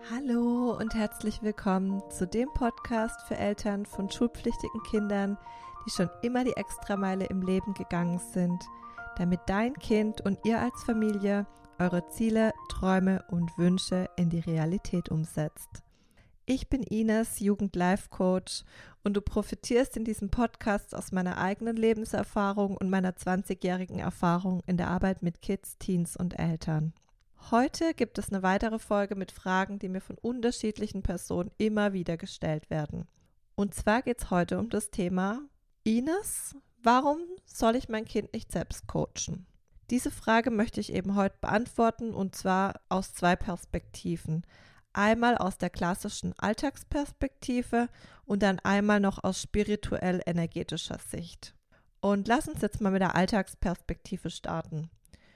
Hallo und herzlich willkommen zu dem Podcast für Eltern von schulpflichtigen Kindern, die schon immer die Extrameile im Leben gegangen sind, damit dein Kind und ihr als Familie eure Ziele, Träume und Wünsche in die Realität umsetzt. Ich bin Ines, Jugend-Life-Coach, und du profitierst in diesem Podcast aus meiner eigenen Lebenserfahrung und meiner 20-jährigen Erfahrung in der Arbeit mit Kids, Teens und Eltern. Heute gibt es eine weitere Folge mit Fragen, die mir von unterschiedlichen Personen immer wieder gestellt werden. Und zwar geht es heute um das Thema: Ines, warum soll ich mein Kind nicht selbst coachen? Diese Frage möchte ich eben heute beantworten, und zwar aus zwei Perspektiven. Einmal aus der klassischen Alltagsperspektive und dann einmal noch aus spirituell-energetischer Sicht. Und lass uns jetzt mal mit der Alltagsperspektive starten.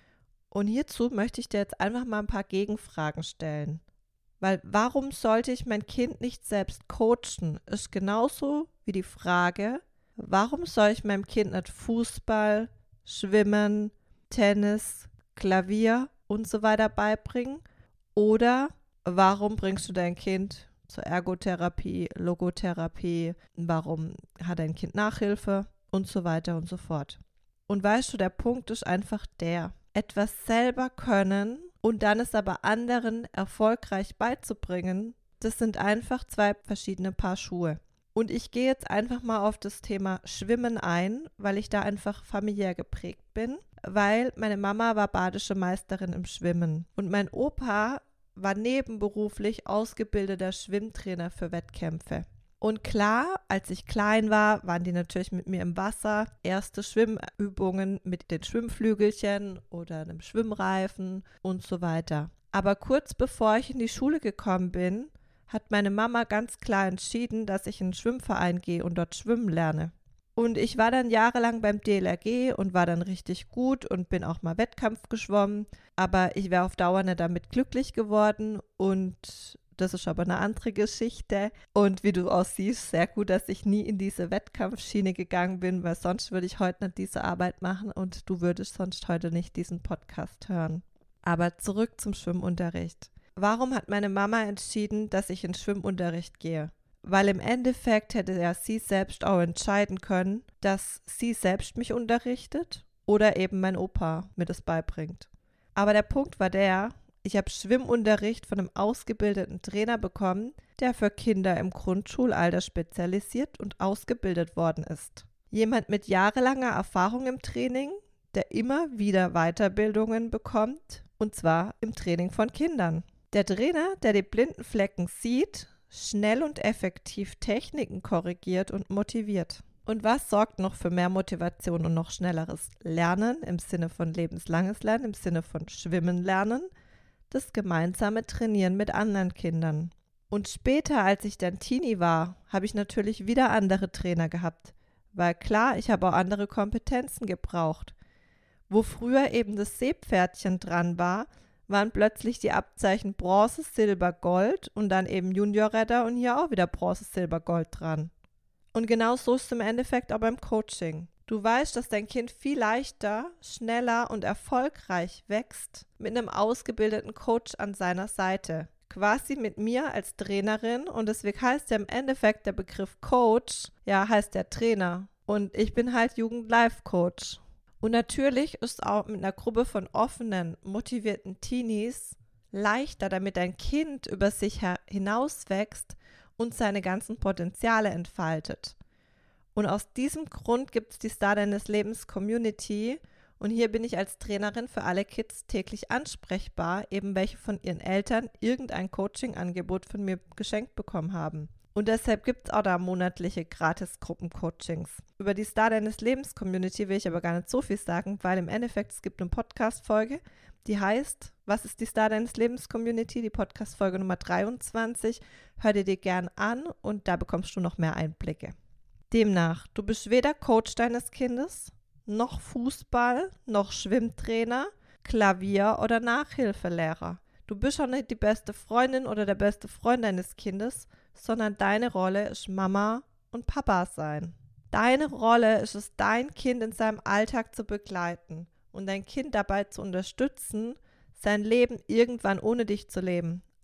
Und hierzu möchte ich dir jetzt einfach mal ein paar Gegenfragen stellen. Weil warum sollte ich mein Kind nicht selbst coachen, ist genauso wie die Frage, warum soll ich meinem Kind nicht Fußball, Schwimmen, Tennis, Klavier und so weiter beibringen? Oder warum bringst du dein Kind zur Ergotherapie, Logotherapie? Warum hat dein Kind Nachhilfe? Und so weiter und so fort. Und weißt du, der Punkt ist einfach der: Etwas selber können und dann es aber anderen erfolgreich beizubringen, das sind einfach zwei verschiedene Paar Schuhe. Und ich gehe jetzt einfach mal auf das Thema Schwimmen ein, weil ich da einfach familiär geprägt bin, weil meine Mama war badische Meisterin im Schwimmen und mein Opa war nebenberuflich ausgebildeter Schwimmtrainer für Wettkämpfe. Und klar, als ich klein war, waren die natürlich mit mir im Wasser. Erste Schwimmübungen mit den Schwimmflügelchen oder einem Schwimmreifen und so weiter. Aber kurz bevor ich in die Schule gekommen bin, hat meine Mama ganz klar entschieden, dass ich in einen Schwimmverein gehe und dort schwimmen lerne. Und ich war dann jahrelang beim DLRG und war dann richtig gut und bin auch mal Wettkampf geschwommen. Aber ich wäre auf Dauer nicht damit glücklich geworden, und das ist aber eine andere Geschichte. Und wie du auch siehst, sehr gut, dass ich nie in diese Wettkampfschiene gegangen bin, weil sonst würde ich heute nicht diese Arbeit machen und du würdest sonst heute nicht diesen Podcast hören. Aber zurück zum Schwimmunterricht. Warum hat meine Mama entschieden, dass ich in Schwimmunterricht gehe? Weil im Endeffekt hätte ja sie selbst auch entscheiden können, dass sie selbst mich unterrichtet oder eben mein Opa mir das beibringt. Aber der Punkt war der: Ich habe Schwimmunterricht von einem ausgebildeten Trainer bekommen, der für Kinder im Grundschulalter spezialisiert und ausgebildet worden ist. Jemand mit jahrelanger Erfahrung im Training, der immer wieder Weiterbildungen bekommt, und zwar im Training von Kindern. Der Trainer, der die blinden Flecken sieht, schnell und effektiv Techniken korrigiert und motiviert. Und was sorgt noch für mehr Motivation und noch schnelleres Lernen im Sinne von lebenslanges Lernen, im Sinne von Schwimmen lernen? Das gemeinsame Trainieren mit anderen Kindern. Und später, als ich dann Teenie war, habe ich natürlich wieder andere Trainer gehabt, weil klar, ich habe auch andere Kompetenzen gebraucht. Wo früher eben das Seepferdchen dran war, waren plötzlich die Abzeichen Bronze, Silber, Gold und dann eben Juniorretter und hier auch wieder Bronze, Silber, Gold dran. Und genau so ist es im Endeffekt auch beim Coaching. Du weißt, dass dein Kind viel leichter, schneller und erfolgreich wächst mit einem ausgebildeten Coach an seiner Seite. Quasi mit mir als Trainerin, und deswegen heißt ja im Endeffekt der Begriff Coach, ja, heißt der Trainer. Und ich bin halt Jugend-Life-Coach. Und natürlich ist auch mit einer Gruppe von offenen, motivierten Teenies leichter, damit dein Kind über sich hinauswächst und seine ganzen Potenziale entfaltet. Und aus diesem Grund gibt es die Star deines Lebens Community, und hier bin ich als Trainerin für alle Kids täglich ansprechbar, eben welche von ihren Eltern irgendein Coaching-Angebot von mir geschenkt bekommen haben. Und deshalb gibt es auch da monatliche Gratis-Gruppen-Coachings. Über die Star deines Lebens Community will ich aber gar nicht so viel sagen, weil im Endeffekt es gibt eine Podcast-Folge, die heißt: Was ist die Star deines Lebens Community? Die Podcast-Folge Nummer 23. Hör dir die gern an und da bekommst du noch mehr Einblicke. Demnach, du bist weder Coach deines Kindes, noch Fußball, noch Schwimmtrainer, Klavier- oder Nachhilfelehrer. Du bist auch nicht die beste Freundin oder der beste Freund deines Kindes, sondern deine Rolle ist Mama und Papa sein. Deine Rolle ist es, dein Kind in seinem Alltag zu begleiten und dein Kind dabei zu unterstützen, sein Leben irgendwann ohne dich zu leben.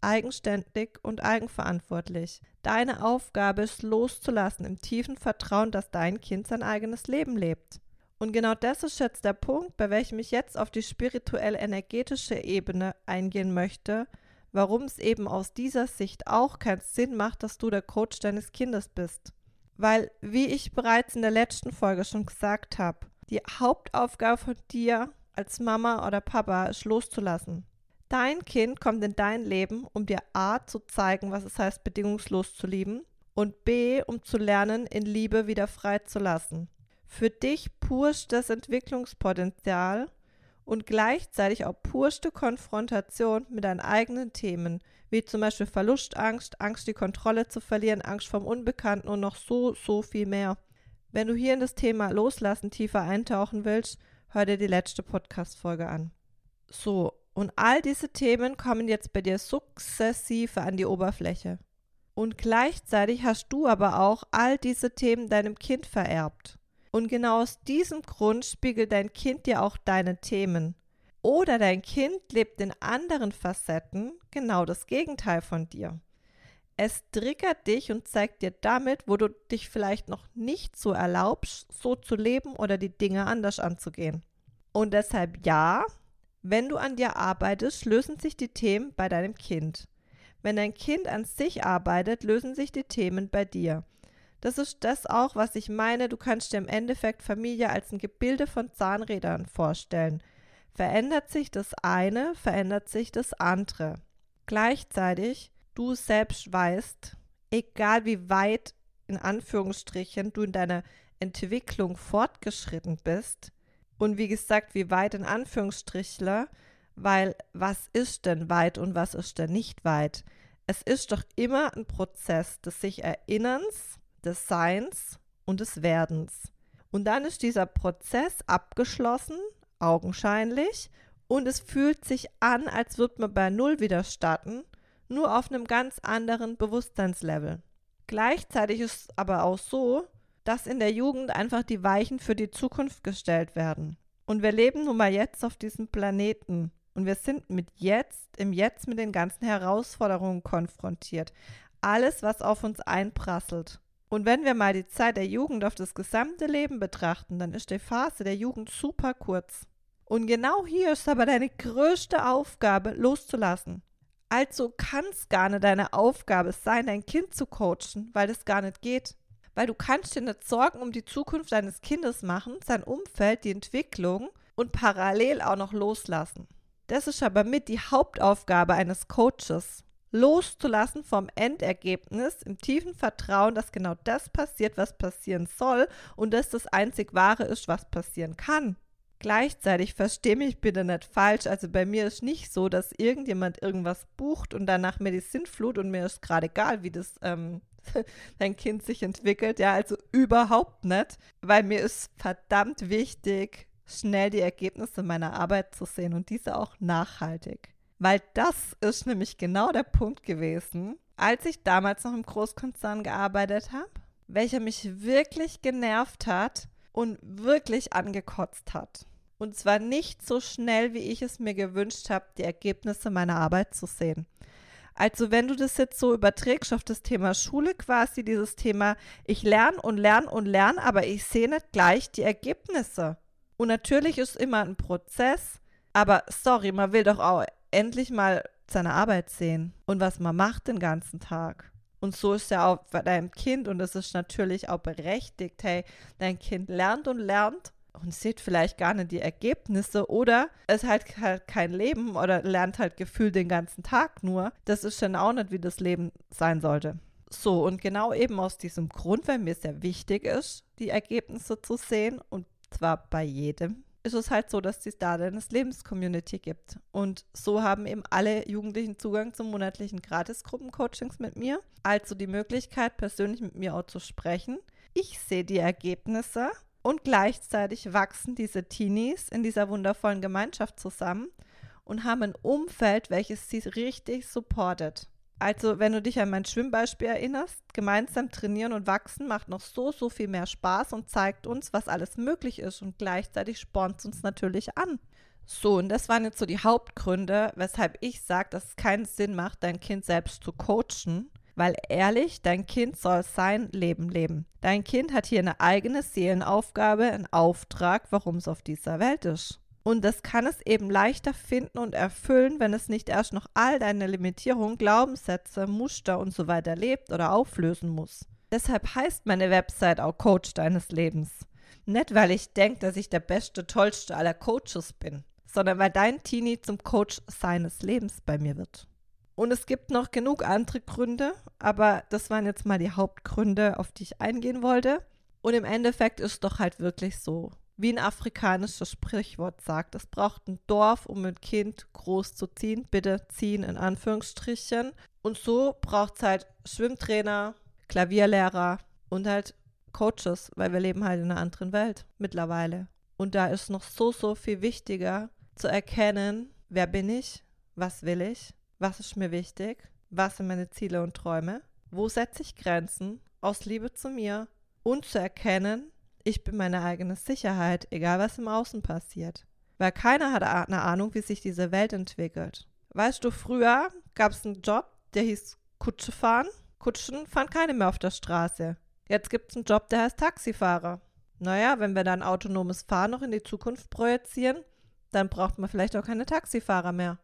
eigenständig und eigenverantwortlich. Deine Aufgabe ist loszulassen im tiefen Vertrauen, dass dein Kind sein eigenes Leben lebt. Und genau das ist jetzt der Punkt, bei welchem ich jetzt auf die spirituell-energetische Ebene eingehen möchte, warum es eben aus dieser Sicht auch keinen Sinn macht, dass du der Coach deines Kindes bist. Weil, wie ich bereits in der letzten Folge schon gesagt habe, die Hauptaufgabe von dir als Mama oder Papa ist loszulassen. Dein Kind kommt in dein Leben, um dir A zu zeigen, was es heißt, bedingungslos zu lieben, und B, um zu lernen, in Liebe wieder frei zu lassen. Für dich purstes Entwicklungspotenzial und gleichzeitig auch purste Konfrontation mit deinen eigenen Themen, wie zum Beispiel Verlustangst, Angst, die Kontrolle zu verlieren, Angst vom Unbekannten und noch so viel mehr. Wenn du hier in das Thema Loslassen tiefer eintauchen willst, hör dir die letzte Podcast-Folge an. So, und all diese Themen kommen jetzt bei dir sukzessive an die Oberfläche. Und gleichzeitig hast du aber auch all diese Themen deinem Kind vererbt. Und genau aus diesem Grund spiegelt dein Kind dir auch deine Themen. Oder dein Kind lebt in anderen Facetten genau das Gegenteil von dir. Es triggert dich und zeigt dir damit, wo du dich vielleicht noch nicht so erlaubst, so zu leben oder die Dinge anders anzugehen. Und deshalb ja, wenn du an dir arbeitest, lösen sich die Themen bei deinem Kind. Wenn dein Kind an sich arbeitet, lösen sich die Themen bei dir. Das ist das auch, was ich meine, du kannst dir im Endeffekt Familie als ein Gebilde von Zahnrädern vorstellen. Verändert sich das eine, verändert sich das andere. Gleichzeitig, du selbst weißt, egal wie weit, in Anführungsstrichen, du in deiner Entwicklung fortgeschritten bist, und wie gesagt, wie weit in Anführungsstrichler, weil was ist denn weit und was ist denn nicht weit? Es ist doch immer ein Prozess des sich Erinnerns, des Seins und des Werdens. Und dann ist dieser Prozess abgeschlossen, augenscheinlich, und es fühlt sich an, als würde man bei Null wieder starten, nur auf einem ganz anderen Bewusstseinslevel. Gleichzeitig ist es aber auch so, dass in der Jugend einfach die Weichen für die Zukunft gestellt werden. Und wir leben nun mal jetzt auf diesem Planeten. Und wir sind im Jetzt mit den ganzen Herausforderungen konfrontiert. Alles, was auf uns einprasselt. Und wenn wir mal die Zeit der Jugend auf das gesamte Leben betrachten, dann ist die Phase der Jugend super kurz. Und genau hier ist aber deine größte Aufgabe, loszulassen. Also kann es gar nicht deine Aufgabe sein, dein Kind zu coachen, weil das gar nicht geht. Weil du kannst dir nicht Sorgen um die Zukunft deines Kindes machen, sein Umfeld, die Entwicklung und parallel auch noch loslassen. Das ist aber mit die Hauptaufgabe eines Coaches. Loszulassen vom Endergebnis im tiefen Vertrauen, dass genau das passiert, was passieren soll und dass das einzig Wahre ist, was passieren kann. Gleichzeitig, versteh mich bitte nicht falsch, also bei mir ist nicht so, dass irgendjemand irgendwas bucht und danach mir die Sinnflut und mir ist gerade egal, wie das dein Kind sich entwickelt, ja, also überhaupt nicht, weil mir ist verdammt wichtig, schnell die Ergebnisse meiner Arbeit zu sehen und diese auch nachhaltig. Weil das ist nämlich genau der Punkt gewesen, als ich damals noch im Großkonzern gearbeitet habe, welcher mich wirklich genervt hat und wirklich angekotzt hat. Und zwar nicht so schnell, wie ich es mir gewünscht habe, die Ergebnisse meiner Arbeit zu sehen. Also wenn du das jetzt so überträgst auf das Thema Schule quasi, dieses Thema, ich lerne und lerne und lerne, aber ich sehe nicht gleich die Ergebnisse. Und natürlich ist immer ein Prozess, aber sorry, man will doch auch endlich mal seine Arbeit sehen und was man macht den ganzen Tag. Und so ist ja auch bei deinem Kind und es ist natürlich auch berechtigt, hey, dein Kind lernt und lernt und sieht vielleicht gar nicht die Ergebnisse oder es hat halt kein Leben oder lernt halt gefühlt den ganzen Tag nur. Das ist dann auch nicht, wie das Leben sein sollte. So, und genau eben aus diesem Grund, weil mir sehr wichtig ist, die Ergebnisse zu sehen und zwar bei jedem, ist es halt so, dass die Star deines Lebens-Community gibt. Und so haben eben alle Jugendlichen Zugang zu monatlichen Gratis-Gruppencoachings mit mir. Also die Möglichkeit, persönlich mit mir auch zu sprechen. Ich sehe die Ergebnisse und gleichzeitig wachsen diese Teenies in dieser wundervollen Gemeinschaft zusammen und haben ein Umfeld, welches sie richtig supportet. Also, wenn du dich an mein Schwimmbeispiel erinnerst, gemeinsam trainieren und wachsen macht noch so viel mehr Spaß und zeigt uns, was alles möglich ist und gleichzeitig spornt es uns natürlich an. So, und das waren jetzt so die Hauptgründe, weshalb ich sage, dass es keinen Sinn macht, dein Kind selbst zu coachen. Weil ehrlich, dein Kind soll sein Leben leben. Dein Kind hat hier eine eigene Seelenaufgabe, einen Auftrag, warum es auf dieser Welt ist. Und das kann es eben leichter finden und erfüllen, wenn es nicht erst noch all deine Limitierungen, Glaubenssätze, Muster und so weiter lebt oder auflösen muss. Deshalb heißt meine Website auch Coach deines Lebens. Nicht, weil ich denke, dass ich der beste, tollste aller Coaches bin, sondern weil dein Teenie zum Coach seines Lebens bei mir wird. Und es gibt noch genug andere Gründe, aber das waren jetzt mal die Hauptgründe, auf die ich eingehen wollte. Und im Endeffekt ist es doch halt wirklich so, wie ein afrikanisches Sprichwort sagt, es braucht ein Dorf, um ein Kind groß zu ziehen. Bitte ziehen in Anführungsstrichen. Und so braucht es halt Schwimmtrainer, Klavierlehrer und halt Coaches, weil wir leben halt in einer anderen Welt mittlerweile. Und da ist noch so viel wichtiger zu erkennen, wer bin ich, was will ich, was ist mir wichtig, was sind meine Ziele und Träume, wo setze ich Grenzen aus Liebe zu mir und zu erkennen, ich bin meine eigene Sicherheit, egal was im Außen passiert. Weil keiner hat eine Ahnung, wie sich diese Welt entwickelt. Weißt du, früher gab es einen Job, der hieß Kutsche fahren. Kutschen fahren keine mehr auf der Straße. Jetzt gibt es einen Job, der heißt Taxifahrer. Naja, wenn wir dann autonomes Fahren noch in die Zukunft projizieren, dann braucht man vielleicht auch keine Taxifahrer mehr.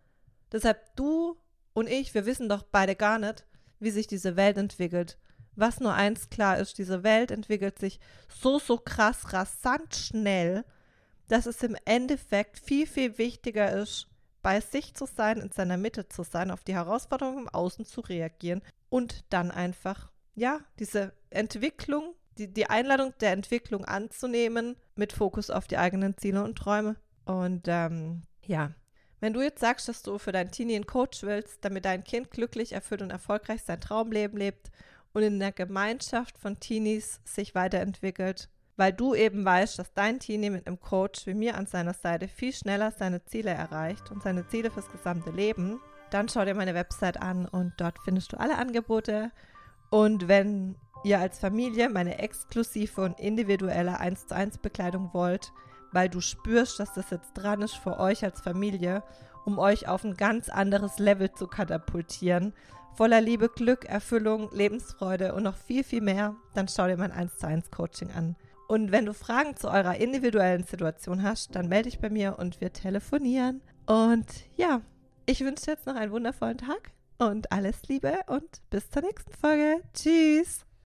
Deshalb du und ich, wir wissen doch beide gar nicht, wie sich diese Welt entwickelt. Was nur eins klar ist, diese Welt entwickelt sich so krass, rasant schnell, dass es im Endeffekt viel wichtiger ist, bei sich zu sein, in seiner Mitte zu sein, auf die Herausforderungen im Außen zu reagieren und dann einfach, ja, diese Entwicklung, die Einladung der Entwicklung anzunehmen mit Fokus auf die eigenen Ziele und Träume. Und ja, wenn du jetzt sagst, dass du für dein Teenie einen Coach willst, damit dein Kind glücklich, erfüllt und erfolgreich sein Traumleben lebt und in der Gemeinschaft von Teenies sich weiterentwickelt, weil du eben weißt, dass dein Teenie mit einem Coach wie mir an seiner Seite viel schneller seine Ziele erreicht und seine Ziele fürs gesamte Leben, dann schau dir meine Website an und dort findest du alle Angebote. Und wenn ihr als Familie meine exklusive und individuelle 1:1 Begleitung wollt, weil du spürst, dass das jetzt dran ist für euch als Familie, um euch auf ein ganz anderes Level zu katapultieren, voller Liebe, Glück, Erfüllung, Lebensfreude und noch viel mehr, dann schau dir mein 1:1 Coaching an. Und wenn du Fragen zu eurer individuellen Situation hast, dann melde dich bei mir und wir telefonieren. Und ja, ich wünsche dir jetzt noch einen wundervollen Tag und alles Liebe und bis zur nächsten Folge. Tschüss!